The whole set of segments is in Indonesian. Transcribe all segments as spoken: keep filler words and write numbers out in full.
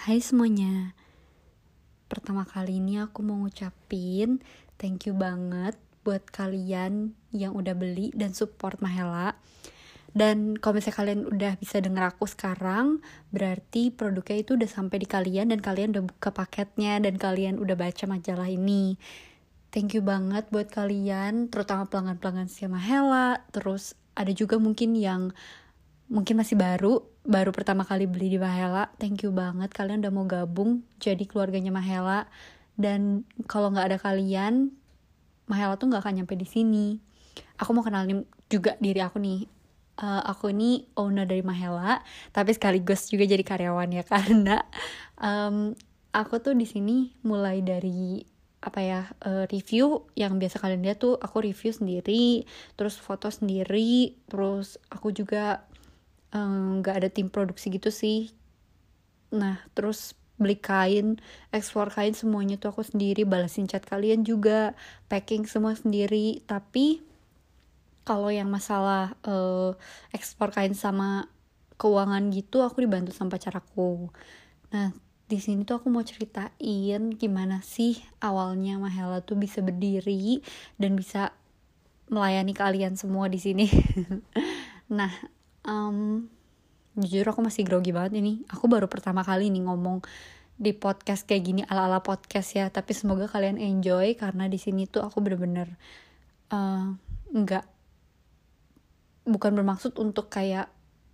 Hai semuanya, pertama kali ini aku mau ngucapin thank you banget buat kalian yang udah beli dan support Mahela. Dan kalau misalnya kalian udah bisa denger aku sekarang, berarti produknya itu udah sampai di kalian dan kalian udah buka paketnya dan kalian udah baca majalah ini. Thank you banget buat kalian, terutama pelanggan-pelanggan setia Mahela. Terus ada juga mungkin yang mungkin masih baru, baru pertama kali beli di Mahela. Thank you banget kalian udah mau gabung jadi keluarganya Mahela. Dan kalau nggak ada kalian, Mahela tuh nggak akan nyampe di sini. Aku mau kenalin juga diri aku nih. Uh, aku ini owner dari Mahela, tapi sekaligus juga jadi karyawan ya karena um, aku tuh di sini mulai dari apa ya uh, review yang biasa kalian lihat tuh aku review sendiri, terus foto sendiri, terus aku juga nggak um, ada tim produksi gitu sih. Nah terus beli kain, ekspor kain semuanya tuh aku sendiri, balasin chat kalian juga, packing semua sendiri. Tapi kalau yang masalah uh, ekspor kain sama keuangan gitu aku dibantu sama pacar aku. Nah di sini tuh aku mau ceritain gimana sih awalnya Mahela tuh bisa berdiri dan bisa melayani kalian semua di sini. Nah um, jujur aku masih grogi banget ini. Aku baru pertama kali nih ngomong di podcast kayak gini ala-ala podcast ya. Tapi semoga kalian enjoy karena di sini tuh aku bener-bener uh, nggak bukan bermaksud untuk kayak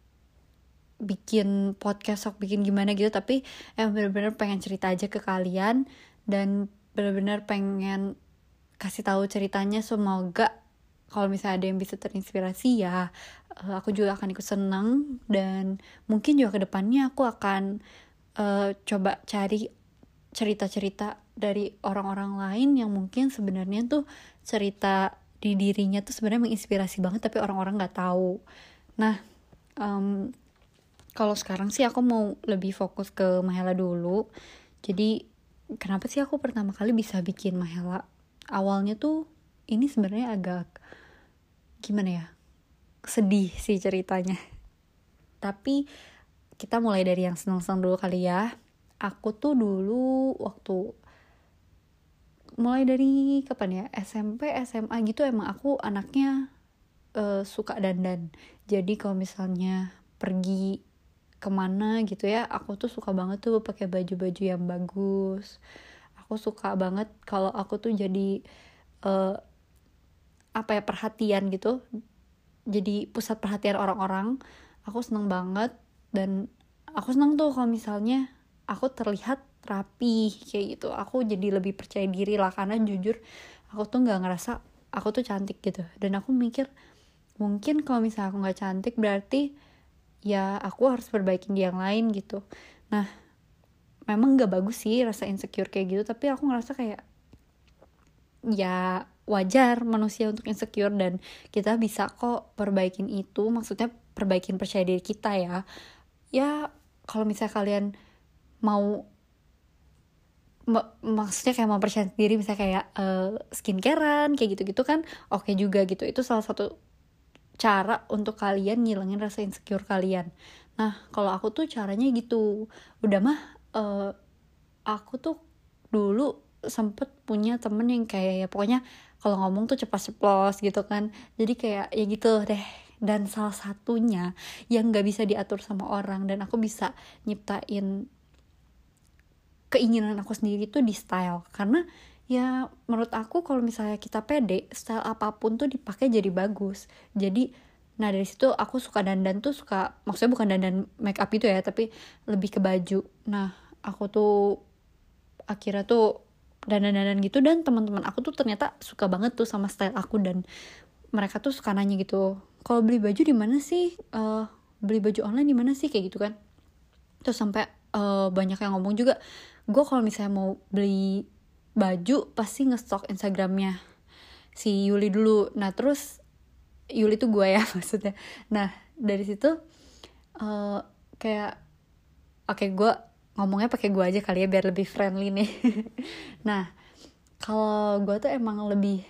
bikin podcast sok bikin gimana gitu, tapi emang bener-bener pengen cerita aja ke kalian dan bener-bener pengen kasih tahu ceritanya. Semoga kalau misalnya ada yang bisa terinspirasi ya aku juga akan ikut seneng. Dan mungkin juga kedepannya aku akan uh, coba cari cerita-cerita dari orang-orang lain yang mungkin sebenarnya tuh cerita di dirinya tuh sebenarnya menginspirasi banget tapi orang-orang nggak tahu. Nah um, kalau sekarang sih aku mau lebih fokus ke Mahela dulu. Jadi kenapa sih aku pertama kali bisa bikin Mahela? Awalnya tuh ini sebenarnya agak gimana ya, sedih sih ceritanya. Tapi kita mulai dari yang senang-senang dulu kali ya. Aku tuh dulu waktu mulai dari kapan ya, S M P, S M A gitu emang aku anaknya uh, suka dandan. Jadi kalau misalnya pergi kemana gitu ya, aku tuh suka banget tuh pakai baju-baju yang bagus. Aku suka banget kalau aku tuh jadi uh, apa ya perhatian gitu, jadi pusat perhatian orang-orang. Aku seneng banget dan aku seneng tuh kalau misalnya aku terlihat rapi kayak gitu. Aku jadi lebih percaya diri lah karena jujur aku tuh nggak ngerasa aku tuh cantik gitu. Dan aku mikir mungkin kalau misalnya aku nggak cantik berarti ya aku harus perbaikin di yang lain gitu. Nah memang nggak bagus sih rasa insecure kayak gitu, tapi aku ngerasa kayak ya wajar manusia untuk insecure dan kita bisa kok perbaikin itu. Maksudnya perbaikin percaya diri kita ya. Ya kalau misalnya kalian mau m- maksudnya kayak mau percaya diri, misalnya kayak uh, skincarean kayak gitu-gitu kan oke okay juga gitu. Itu salah satu cara untuk kalian ngilangin rasa insecure kalian. Nah kalau aku tuh caranya gitu. Udah mah uh, aku tuh dulu sempet punya temen yang kayak ya pokoknya kalau ngomong tuh ceplos-ceplos gitu kan. Jadi kayak ya gitu deh. Dan salah satunya yang gak bisa diatur sama orang dan aku bisa nyiptain keinginan aku sendiri tuh di style. Karena ya menurut aku kalau misalnya kita pede, style apapun tuh dipakai jadi bagus. Jadi nah dari situ aku suka dandan tuh suka, maksudnya bukan dandan make up itu ya, tapi lebih ke baju. Nah aku tuh akhirnya tuh dandan-dandan gitu dan teman-teman aku tuh ternyata suka banget tuh sama style aku dan mereka tuh suka nanya gitu, kalau beli baju di mana sih, uh, beli baju online di mana sih kayak gitu kan. Terus sampai uh, banyak yang ngomong juga, gue kalau misalnya mau beli baju pasti nge-stalk Instagramnya si Yuli dulu. Nah terus Yuli tuh gue ya maksudnya. Nah dari situ uh, kayak oke okay, gue ngomongnya pakai gue aja kali ya biar lebih friendly nih. Nah kalau gue tuh emang lebih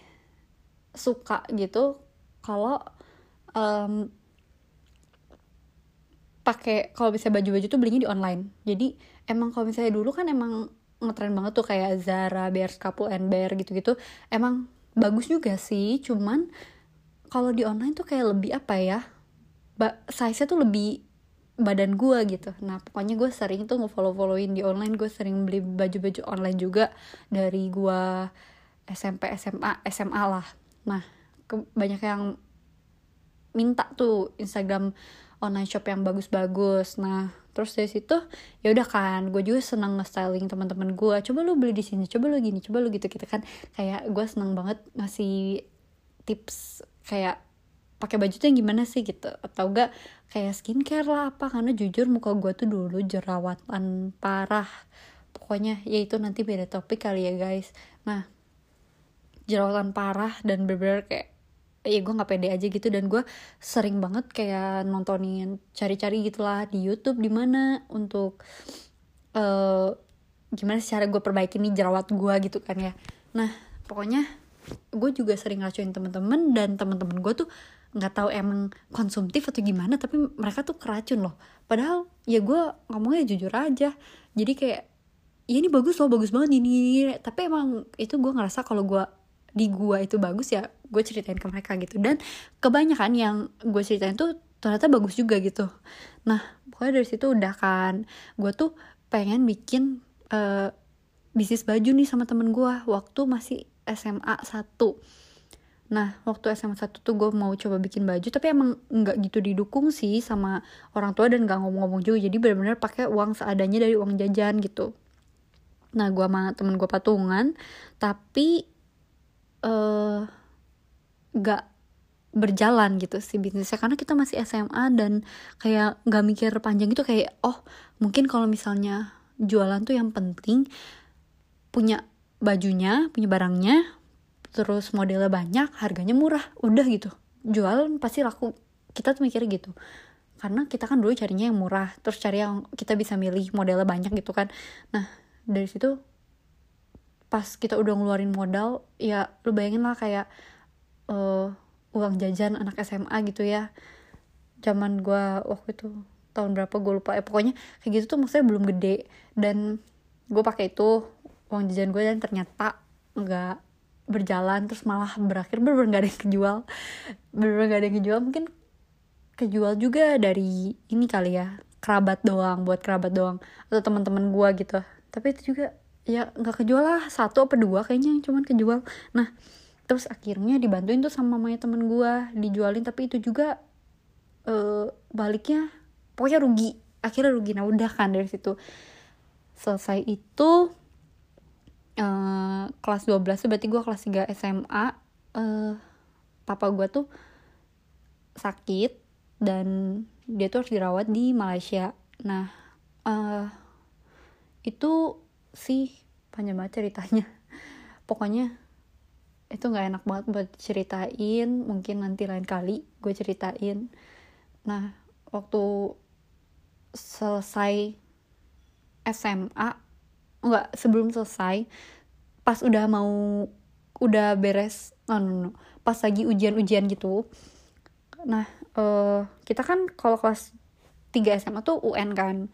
suka gitu kalau um, pakai kalau misalnya baju-baju tuh belinya di online. Jadi emang kalau misalnya dulu kan emang ngetren banget tuh kayak Zara, Bershka, Pull and Bear gitu-gitu. Emang bagus juga sih, cuman kalau di online tuh kayak lebih apa ya? Ba- size-nya tuh lebih badan gue gitu. Nah pokoknya gue sering tuh nge-follow-followin di online. Gue sering beli baju-baju online juga dari gue S M P, S M A, S M A lah. Nah ke- banyak yang minta tuh Instagram online shop yang bagus-bagus. Nah terus dari situ ya udah kan, gue juga seneng nge-styling teman-teman gue. Coba lu beli di sini, coba lu gini, coba lu gitu gitu kan. Kayak gue seneng banget ngasih tips kayak pakai baju tuh yang gimana sih gitu, atau enggak kayak skincare lah apa, karena jujur muka gue tuh dulu jerawatan parah. Pokoknya ya itu nanti beda topik kali ya guys. Nah jerawatan parah dan bener-bener kayak ya gue nggak pede aja gitu, dan gue sering banget kayak nontonin cari-cari gitulah di YouTube di mana untuk uh, gimana sih cara gue perbaiki nih jerawat gue gitu kan ya. Nah pokoknya gue juga sering ngacuin temen-temen, dan temen-temen gue tuh nggak tahu emang konsumtif atau gimana, tapi mereka tuh keracun loh. Padahal ya gue ngomongnya jujur aja, jadi kayak ya ini bagus loh, bagus banget ini, tapi emang itu gue ngerasa kalau gue di gue itu bagus ya gue ceritain ke mereka gitu, dan kebanyakan yang gue ceritain tuh ternyata bagus juga gitu. Nah pokoknya dari situ udah kan gue tuh pengen bikin uh, bisnis baju nih sama temen gue waktu masih S M A satu. Nah waktu S M A satu tuh gue mau coba bikin baju, tapi emang nggak gitu didukung sih sama orang tua dan nggak ngomong-ngomong juga, jadi benar-benar pakai uang seadanya dari uang jajan gitu. Nah gue sama temen gue patungan, tapi uh, nggak berjalan gitu sih bisnisnya, karena kita masih S M A dan kayak nggak mikir panjang gitu. Kayak oh mungkin kalau misalnya jualan tuh yang penting punya bajunya, punya barangnya, terus modelnya banyak, harganya murah, udah gitu, jualan pasti laku. Kita tuh mikir gitu, karena kita kan dulu carinya yang murah, terus cari yang kita bisa milih modelnya banyak gitu kan. Nah dari situ pas kita udah ngeluarin modal, ya lu bayangin lah kayak uh, uang jajan anak S M A gitu ya, zaman gue waktu itu tahun berapa gue lupa ya, pokoknya kayak gitu tuh maksudnya belum gede, dan gue pakai itu uang jajan gue, dan ternyata nggak berjalan, terus malah berakhir bener-bener nggak ada yang kejual, bener-bener nggak ada yang kejual. Mungkin kejual juga dari ini kali ya, kerabat doang, buat kerabat doang atau teman-teman gue gitu, tapi itu juga ya nggak kejual lah, satu apa dua kayaknya yang cuman kejual. Nah terus akhirnya dibantuin tuh sama mamanya temen gue dijualin, tapi itu juga uh, baliknya pokoknya rugi, akhirnya rugi. Nah udah kan dari situ selesai itu uh, kelas dua belas, berarti gue kelas tiga S M A. uh, papa gue tuh sakit dan dia tuh harus dirawat di Malaysia. Nah uh, itu sih panjang banget ceritanya. Pokoknya itu nggak enak banget buat ceritain, mungkin nanti lain kali gue ceritain. Nah waktu selesai S M A, enggak, sebelum selesai, pas udah mau udah beres, no, no, no. pas lagi ujian-ujian gitu. Nah uh, kita kan kalau kelas tiga S M A tuh U N kan,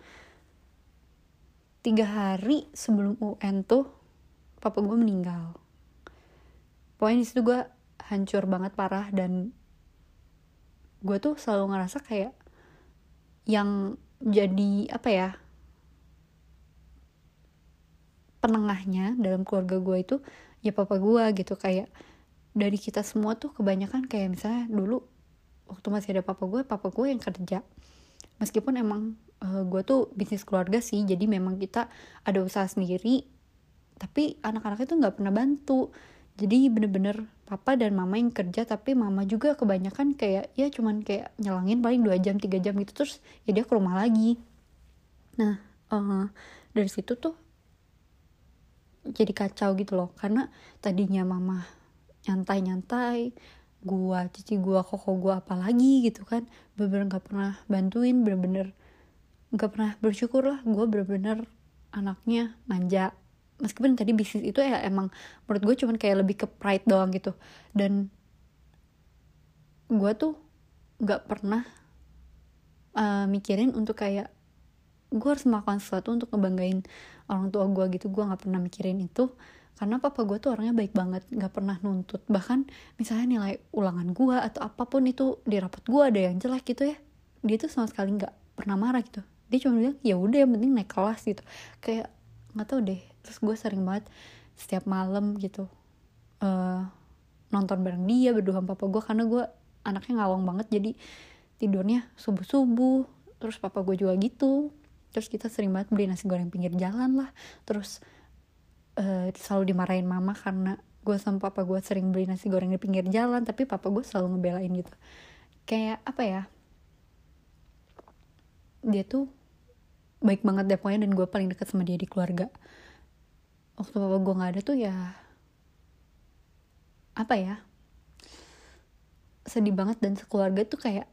tiga hari sebelum U N tuh papa gue meninggal. Pokoknya disitu gue hancur banget parah, dan gue tuh selalu ngerasa kayak yang jadi apa ya, penengahnya dalam keluarga gue itu ya papa gue gitu. Kayak dari kita semua tuh kebanyakan kayak misalnya dulu waktu masih ada papa gue, papa gue yang kerja, meskipun emang uh, gue tuh bisnis keluarga sih, jadi memang kita ada usaha sendiri, tapi anak-anaknya tuh nggak pernah bantu. Jadi bener-bener papa dan mama yang kerja, tapi mama juga kebanyakan kayak ya cuman kayak nyelangin paling dua jam tiga jam gitu, terus ya dia ke rumah lagi. Nah uh, dari situ tuh jadi kacau gitu loh, karena tadinya mama nyantai-nyantai, gua, cici gua, koko gua apalagi gitu kan, bener-bener gak pernah bantuin, bener-bener gak pernah bersyukur lah. Gua bener-bener anaknya manja, meskipun tadi bisnis itu ya emang menurut gue cuman kayak lebih ke pride doang gitu. Dan gue tuh gak pernah uh, mikirin untuk kayak gue harus melakukan sesuatu untuk ngebanggain orang tua gue gitu. Gue nggak pernah mikirin itu karena papa gue tuh orangnya baik banget, nggak pernah nuntut. Bahkan misalnya nilai ulangan gue atau apapun itu di rapot gue ada yang jelek gitu ya, dia tuh sama sekali nggak pernah marah gitu. Dia cuma bilang ya udah yang penting naik kelas gitu. Kayak nggak tahu deh. Terus gue sering banget setiap malam gitu uh, nonton bareng dia berdua sama papa gue, karena gue anaknya ngawang banget jadi tidurnya subuh subuh. Terus papa gue juga gitu. Terus kita sering banget beli nasi goreng pinggir jalan lah. Terus uh, selalu dimarahin mama karena gue sama papa gue sering beli nasi goreng di pinggir jalan, tapi papa gue selalu ngebelain gitu. Kayak apa ya, dia tuh baik banget deh pokoknya, dan gue paling dekat sama dia di keluarga. Waktu papa gue gak ada tuh ya apa ya, sedih banget, dan sekeluarga tuh kayak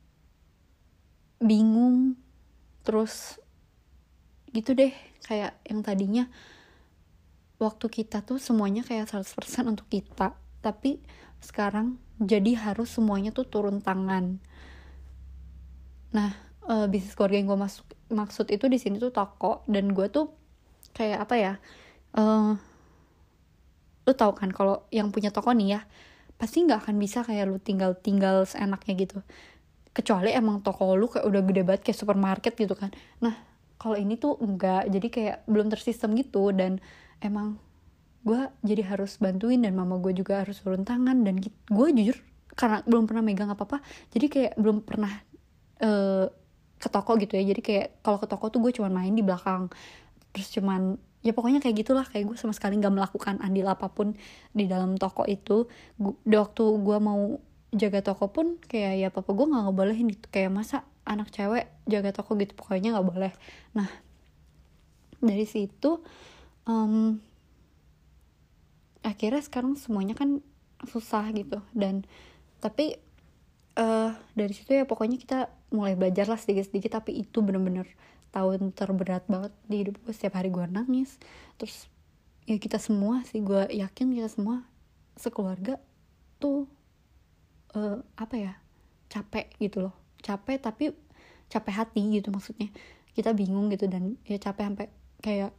bingung. Terus gitu deh, kayak yang tadinya waktu kita tuh semuanya kayak seratus persen untuk kita, tapi sekarang jadi harus semuanya tuh turun tangan. Nah, uh, bisnis keluarga yang gue masuk maksud itu di sini tuh toko, dan gue tuh kayak apa ya, uh, lu tau kan kalau yang punya toko nih ya pasti nggak akan bisa kayak lu tinggal tinggal seenaknya gitu, kecuali emang toko lu kayak udah gede banget kayak supermarket gitu kan. Nah kalau ini tuh enggak, jadi kayak belum tersistem gitu, dan emang gue jadi harus bantuin, dan mama gue juga harus turun tangan. Dan gue jujur karena belum pernah megang apa-apa, jadi kayak belum pernah uh, ke toko gitu ya. Jadi kayak kalau ke toko tuh gue cuma main di belakang, terus cuman ya pokoknya kayak gitulah, kayak gue sama sekali nggak melakukan andil apapun di dalam toko itu. Gu- waktu gue mau jaga toko pun kayak ya papa gue nggak ngebolehin gitu, kayak masa anak cewek jaga toko gitu, pokoknya nggak boleh. Nah dari situ um, akhirnya sekarang semuanya kan susah gitu, dan tapi uh, dari situ ya pokoknya kita mulai belajar lah sedikit-sedikit. Tapi itu bener-bener tahun terberat banget di hidup gue, setiap hari gue nangis. Terus ya kita semua sih, gue yakin kita semua sekeluarga tuh uh, apa ya, capek gitu loh, capek tapi capek hati gitu maksudnya. Kita bingung gitu, dan ya capek sampai kayak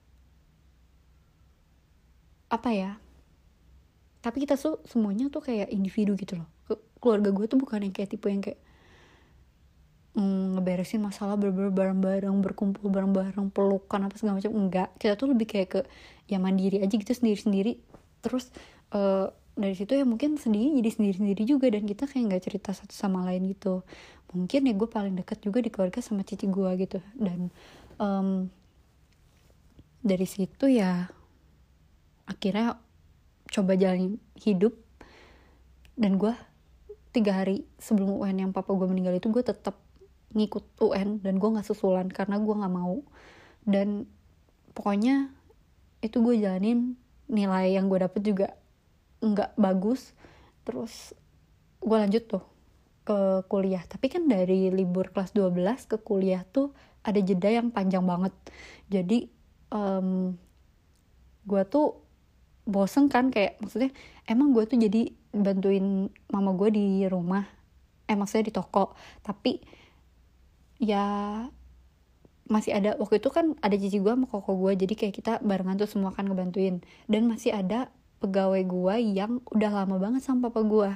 apa ya, tapi kita tuh semuanya tuh kayak individu gitu loh. Keluarga gue tuh bukan yang kayak tipe yang kayak mm, ngeberesin masalah bener-bener bareng-bareng, berkumpul bareng-bareng, pelukan apa segala macam. Enggak, kita tuh lebih kayak ke ya mandiri aja gitu, sendiri-sendiri. Terus uh, dari situ ya mungkin sendiri jadi sendiri-sendiri juga, dan kita kayak nggak cerita satu sama lain gitu. Mungkin ya gue paling dekat juga di keluarga sama cici gue gitu. Dan um, dari situ ya akhirnya coba jalanin hidup. Dan gue tiga hari sebelum U N yang papa gue meninggal itu gue tetap ngikut U N, dan gue nggak susulan karena gue nggak mau. Dan pokoknya itu gue jalanin, nilai yang gue dapet juga nggak bagus. Terus gue lanjut tuh ke kuliah, tapi kan dari libur kelas dua belas ke kuliah tuh ada jeda yang panjang banget. Jadi um, gue tuh bosen kan, kayak maksudnya emang gue tuh jadi bantuin mama gue di rumah, eh maksudnya di toko, tapi ya masih ada, waktu itu kan ada cici gue sama koko gue, jadi kayak kita barengan tuh semua kan ngebantuin. Dan masih ada pegawai gue yang udah lama banget sama papa gue,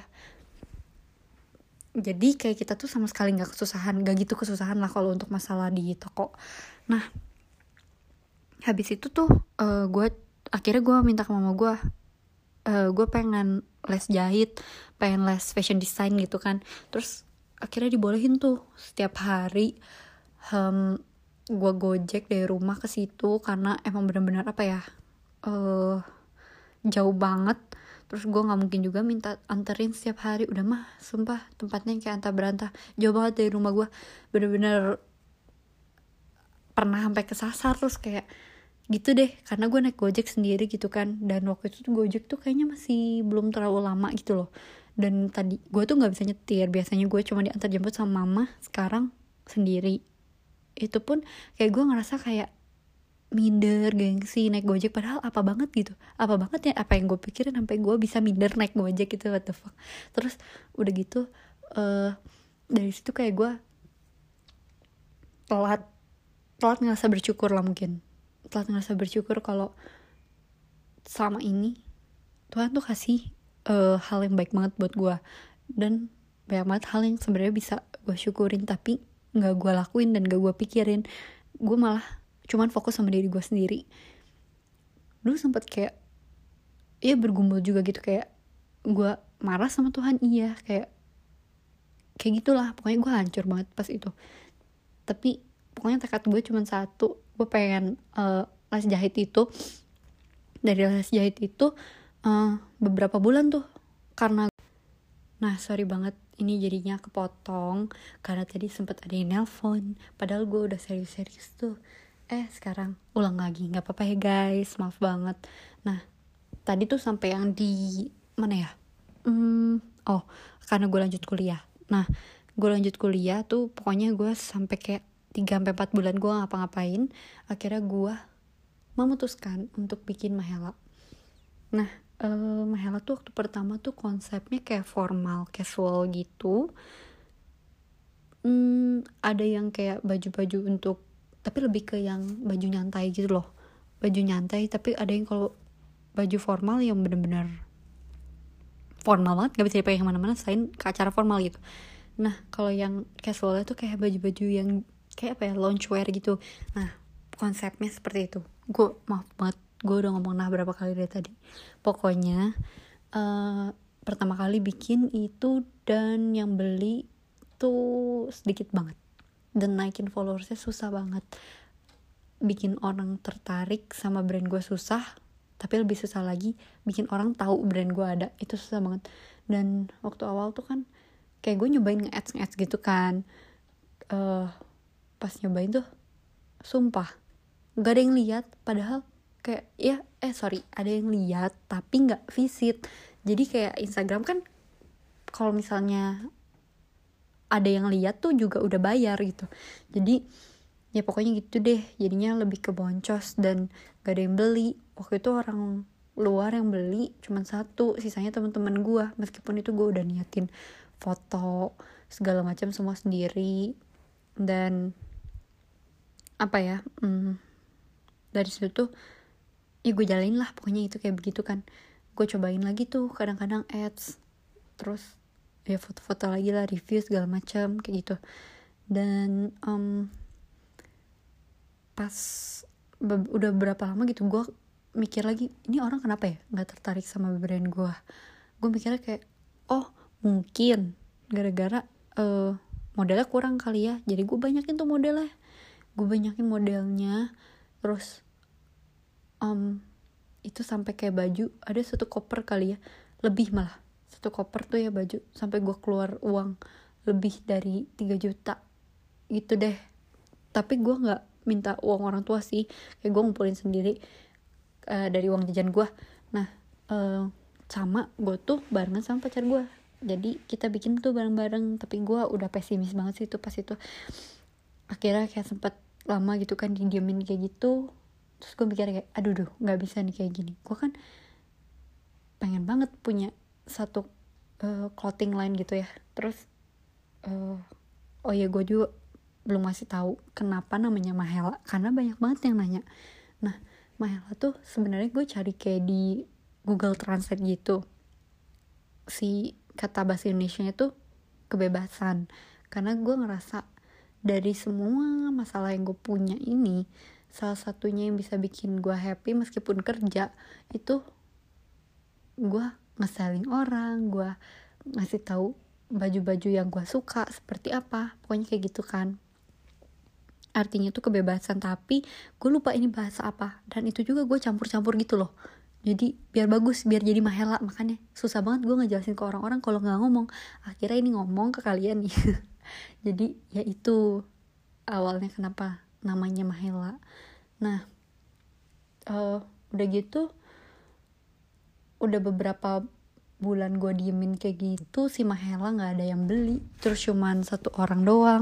jadi kayak kita tuh sama sekali gak kesusahan, gak gitu kesusahan lah kalau untuk masalah di toko. Nah habis itu tuh uh, gue akhirnya gue minta ke mama gue, uh, gue pengen les jahit, pengen les fashion design gitu kan. Terus akhirnya dibolehin tuh setiap hari um, gue gojek dari rumah ke situ, karena emang benar-benar apa ya, uh, jauh banget. Terus gue nggak mungkin juga minta anterin setiap hari, udah mah sumpah tempatnya kayak antah berantah, jauh banget dari rumah gue, bener-bener pernah sampai kesasar. Terus kayak gitu deh, karena gue naik gojek sendiri gitu kan, dan waktu itu tuh gojek tuh kayaknya masih belum terlalu lama gitu loh. Dan tadi gue tuh nggak bisa nyetir, biasanya gue cuma diantar jemput sama mama, sekarang sendiri. Itu pun kayak gue ngerasa kayak minder, gengsi naik gojek, padahal apa banget gitu, apa banget ya apa yang gue pikirin sampai gue bisa minder naik gojek gitu, what the fuck. Terus udah gitu uh, dari situ kayak gue telat telat ngerasa bersyukur lah mungkin telat ngerasa bersyukur kalau selama ini Tuhan tuh kasih uh, hal yang baik banget buat gue, dan banyak banget hal yang sebenarnya bisa gue syukurin tapi nggak gue lakuin dan gak gue pikirin. Gue malah cuman fokus sama diri gue sendiri. Dulu sempet kayak ya bergumul juga gitu, kayak gue marah sama Tuhan, iya kayak kayak gitulah, pokoknya gue hancur banget pas itu. Tapi pokoknya tekad gue cuma satu, gue pengen uh, les jahit itu. Dari les jahit itu uh, beberapa bulan tuh, karena nah sorry banget ini jadinya kepotong karena tadi sempat ada yang nelpon, padahal gue udah serius-serius tuh. Eh sekarang ulang lagi, nggak apa-apa ya guys, maaf banget. Nah tadi tuh sampai yang di mana ya? Hmm, oh karena gue lanjut kuliah. Nah gue lanjut kuliah tuh pokoknya gue sampai kayak tiga sampai empat bulan gue ngapa-ngapain. Akhirnya gue memutuskan untuk bikin Mahela. Nah uh, Mahela tuh waktu pertama tuh konsepnya kayak formal, casual gitu. Hmm, ada yang kayak baju-baju untuk, tapi lebih ke yang baju nyantai gitu loh. Baju nyantai, tapi ada yang kalau baju formal yang bener-bener formal banget, gak bisa dipakai kemana-mana selain ke acara formal gitu. Nah kalau yang casual itu kayak baju-baju yang kayak apa ya, loungewear gitu. Nah konsepnya seperti itu. Gue maaf banget, gue udah ngomong nah berapa kali dari tadi. Pokoknya uh, pertama kali bikin itu, dan yang beli tuh sedikit banget, dan naikin followersnya susah banget. Bikin orang tertarik sama brand gue susah, tapi lebih susah lagi bikin orang tahu brand gue ada, itu susah banget. Dan waktu awal tuh kan kayak gue nyobain nge-ads nge-ads gitu kan, uh, pas nyobain tuh sumpah gak ada yang lihat, padahal kayak ya eh sorry ada yang lihat tapi nggak visit. Jadi kayak Instagram kan kalau misalnya ada yang lihat tuh juga udah bayar gitu. Jadi ya pokoknya gitu deh, jadinya lebih ke boncos dan gak ada yang beli. Waktu itu orang luar yang beli cuma satu, sisanya teman-teman gue. Meskipun itu gue udah niatin foto segala macam semua sendiri, dan apa ya hmm, dari situ tuh ya gue jalanin lah pokoknya itu kayak begitu kan. Gue cobain lagi tuh kadang-kadang ads, terus ya foto-foto lagi lah, review segala macam kayak gitu. Dan um, pas be- udah berapa lama gitu gue mikir lagi, ini orang kenapa ya nggak tertarik sama brand gue. Gue mikirnya kayak oh mungkin gara-gara uh, modelnya kurang kali ya, jadi gue banyakin tuh modelnya, gue banyakin modelnya. Terus um, itu sampai kayak baju ada satu koper kali ya, lebih malah satu koper tuh ya baju, sampai gue keluar uang lebih dari tiga juta gitu deh. Tapi gue nggak minta uang orang tua sih, kayak gue ngumpulin sendiri uh, dari uang jajan gue. Nah uh, sama gue tuh barengan sama pacar gue, jadi kita bikin tuh bareng-bareng. Tapi gue udah pesimis banget sih itu pas itu. Akhirnya kayak sempet lama gitu kan didiemin kayak gitu. Terus gue mikir kayak aduh duh nggak bisa nih kayak gini. Gue kan pengen banget punya satu uh, clothing line gitu ya. Terus uh, oh ya gue juga belum ngasih tahu kenapa namanya Mahela, karena banyak banget yang nanya. Nah Mahela tuh sebenarnya gue cari kayak di Google Translate gitu, si kata bahasa Indonesianya tuh kebebasan. Karena gue ngerasa dari semua masalah yang gue punya ini, salah satunya yang bisa bikin gue happy meskipun kerja itu gue nge-selling orang, gue ngasih tahu baju-baju yang gue suka seperti apa, pokoknya kayak gitu kan. Artinya tuh kebebasan, tapi gue lupa ini bahasa apa, dan itu juga gue campur-campur gitu loh. Jadi biar bagus, biar jadi Mahela, makanya susah banget gue ngejelasin ke orang-orang kalau nggak ngomong. Akhirnya ini ngomong ke kalian nih. Jadi ya itu awalnya kenapa namanya Mahela. Nah uh, udah gitu udah beberapa bulan gue diemin kayak gitu, si Mahela nggak ada yang beli, terus cuman satu orang doang.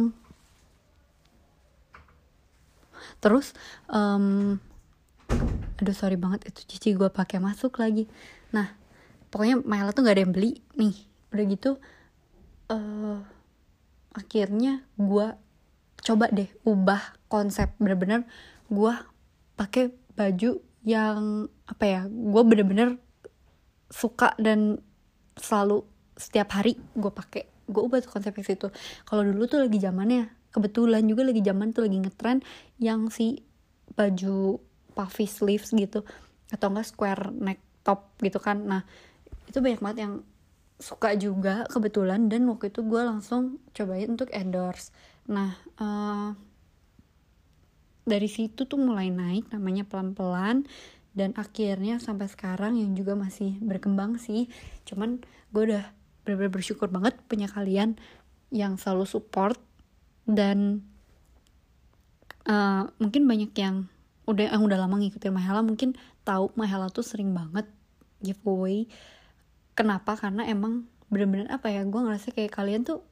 Terus um, aduh sorry banget, itu cici gue pakai masuk lagi. Nah pokoknya Mahela tuh nggak ada yang beli nih. Udah gitu uh, akhirnya gue coba deh ubah konsep, bener-bener gue pakai baju yang apa ya, gue bener-bener suka dan selalu setiap hari gue pakai. Gue ubah tuh konsep ke situ. Kalau dulu tuh lagi zamannya, kebetulan juga lagi zaman tuh lagi ngetren yang si baju puffy sleeves gitu, atau enggak square neck top gitu kan. Nah itu banyak banget yang suka juga kebetulan, dan waktu itu gue langsung cobain untuk endorse. Nah uh, dari situ tuh mulai naik namanya pelan-pelan, dan akhirnya sampai sekarang yang juga masih berkembang sih. Cuman gue udah bener-bener bersyukur banget punya kalian yang selalu support. Dan uh, mungkin banyak yang udah yang udah lama ngikutin Mahela mungkin tahu Mahela tuh sering banget giveaway. Kenapa? Karena emang bener-bener apa ya, gue ngerasa kayak kalian tuh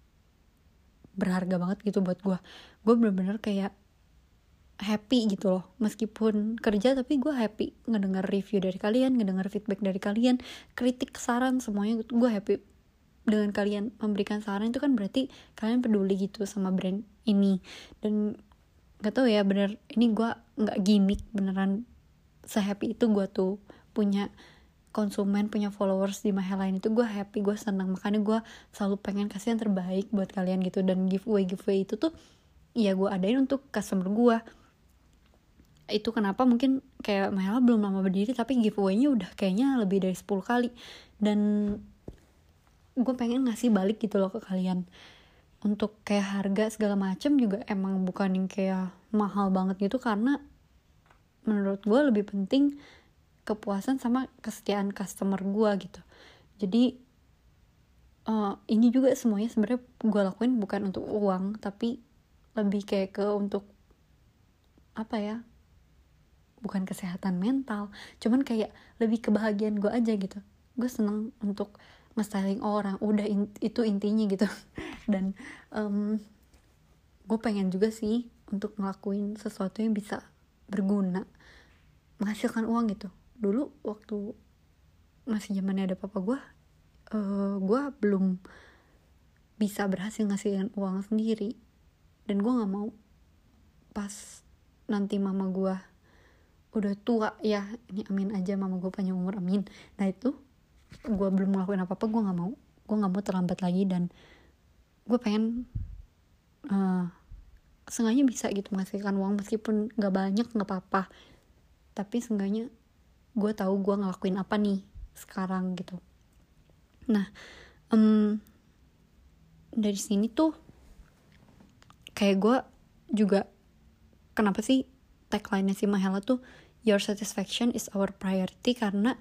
berharga banget gitu buat gue. Gue bener-bener kayak happy gitu loh, meskipun kerja tapi gue happy ngedengar review dari kalian, ngedengar feedback dari kalian, kritik, saran, semuanya gue happy dengan kalian memberikan saran. Itu kan berarti kalian peduli gitu sama brand ini. Dan gak tau ya, bener ini gue gak gimmick, beneran se-happy itu gue tuh punya konsumen, punya followers di Mahela ini tuh gue happy, gue senang. Makanya gue selalu pengen kasih yang terbaik buat kalian gitu. Dan giveaway giveaway itu tuh ya gue adain untuk customer gue. Itu kenapa mungkin kayak Mahela belum lama berdiri tapi giveaway-nya udah kayaknya lebih dari sepuluh kali. Dan gue pengen ngasih balik gitu loh ke kalian. Untuk kayak harga segala macem juga emang bukan yang kayak mahal banget gitu, karena menurut gue lebih penting kepuasan sama kesetiaan customer gue gitu. Jadi uh, ini juga semuanya sebenarnya gue lakuin bukan untuk uang, tapi lebih kayak ke untuk apa ya, bukan kesehatan mental, cuman kayak lebih kebahagiaan gue aja gitu. Gue seneng untuk nge-styling orang, udah in, itu intinya gitu. Dan um, gue pengen juga sih untuk ngelakuin sesuatu yang bisa berguna, menghasilkan uang gitu. Dulu waktu masih zamannya ada papa gue, uh, gue belum bisa berhasil ngasihin uang sendiri. Dan gue gak mau pas nanti mama gue udah tua ya, ini amin aja mama gue panjang umur, amin. Nah itu gue belum ngelakuin apa-apa, gue gak mau gue gak mau terlambat lagi. Dan gue pengen uh, seenggaknya bisa gitu menghasilkan uang, meskipun gak banyak gak apa-apa, tapi seenggaknya gue tahu gue ngelakuin apa nih sekarang gitu. Nah um, dari sini tuh kayak gue juga, kenapa sih tagline-nya si Mahela tuh your satisfaction is our priority, karena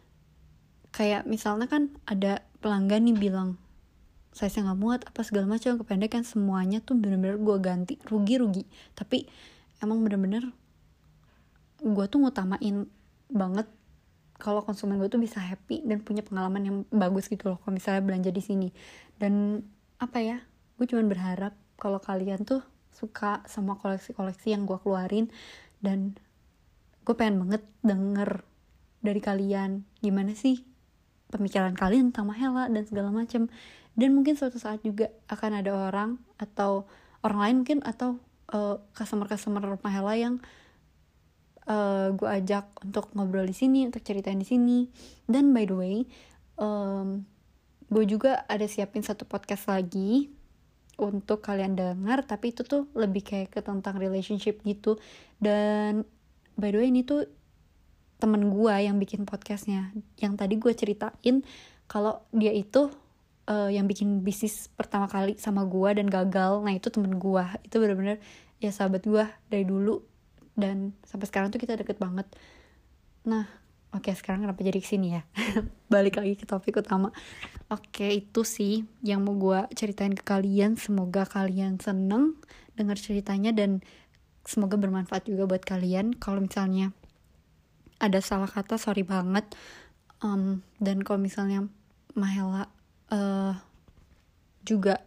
kayak misalnya kan ada pelanggan nih bilang size-nya gak muat apa segala macam, kependekan, semuanya tuh bener-bener gue ganti, rugi-rugi. Tapi emang bener-bener gue tuh ngutamain banget kalau konsumen gue tuh bisa happy dan punya pengalaman yang bagus gitu loh kalau misalnya belanja di sini. Dan apa ya, gue cuman berharap kalau kalian tuh suka sama koleksi-koleksi yang gue keluarin. Dan gue pengen banget denger dari kalian gimana sih pemikiran kalian tentang Mahela dan segala macam. Dan mungkin suatu saat juga akan ada orang atau orang lain mungkin, atau uh, customer-customer Mahela yang uh, gue ajak untuk ngobrol di sini, untuk ceritain di sini. Dan by the way, um, gue juga ada siapin satu podcast lagi untuk kalian dengar, tapi itu tuh lebih kayak ke tentang relationship gitu. Dan by the way ini tuh temen gue yang bikin podcastnya, yang tadi gue ceritain kalau dia itu uh, yang bikin bisnis pertama kali sama gue dan gagal. Nah itu temen gue, itu benar-benar ya sahabat gue dari dulu, dan sampai sekarang tuh kita deket banget. Nah oke, sekarang kenapa jadi kesini ya? Balik lagi ke topik utama. Oke, itu sih yang mau gue ceritain ke kalian. Semoga kalian seneng dengar ceritanya, dan semoga bermanfaat juga buat kalian. Kalau misalnya ada salah kata, sorry banget. Um, dan kalau misalnya Mahela uh, juga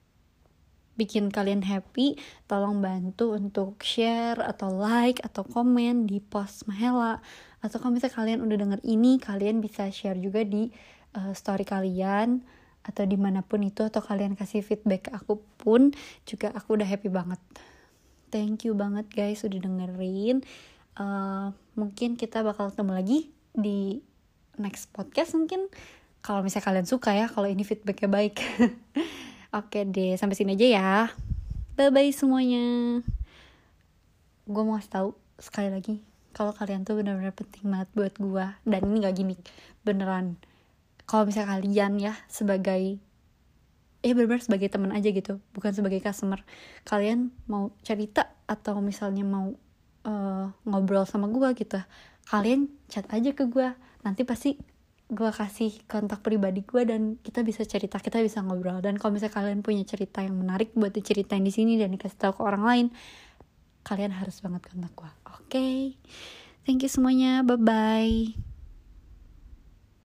bikin kalian happy, tolong bantu untuk share atau like atau komen di post Mahela. Atau kalau misalnya kalian udah denger ini, kalian bisa share juga di uh, story kalian, atau dimanapun itu, atau kalian kasih feedback ke aku pun juga aku udah happy banget. Thank you banget guys udah dengerin. Uh, mungkin kita bakal ketemu lagi di next podcast mungkin, kalau misalnya kalian suka ya, kalau ini feedbacknya baik. Oke deh, sampai sini aja ya. Bye bye semuanya. Gue mau kasih tahu sekali lagi, kalau kalian tuh benar-benar penting banget buat gue. Dan ini gak gimmick, beneran. Kalau misalnya kalian ya sebagai eh benar-benar sebagai teman aja gitu, bukan sebagai customer, kalian mau cerita atau misalnya mau uh, ngobrol sama gue gitu, kalian chat aja ke gue, nanti pasti gue kasih kontak pribadi gue dan kita bisa cerita, kita bisa ngobrol. Dan kalau misalnya kalian punya cerita yang menarik buat diceritain di sini dan dikasih tahu ke orang lain, kalian harus banget kontak gue. Oke, okay? Thank you semuanya, bye bye.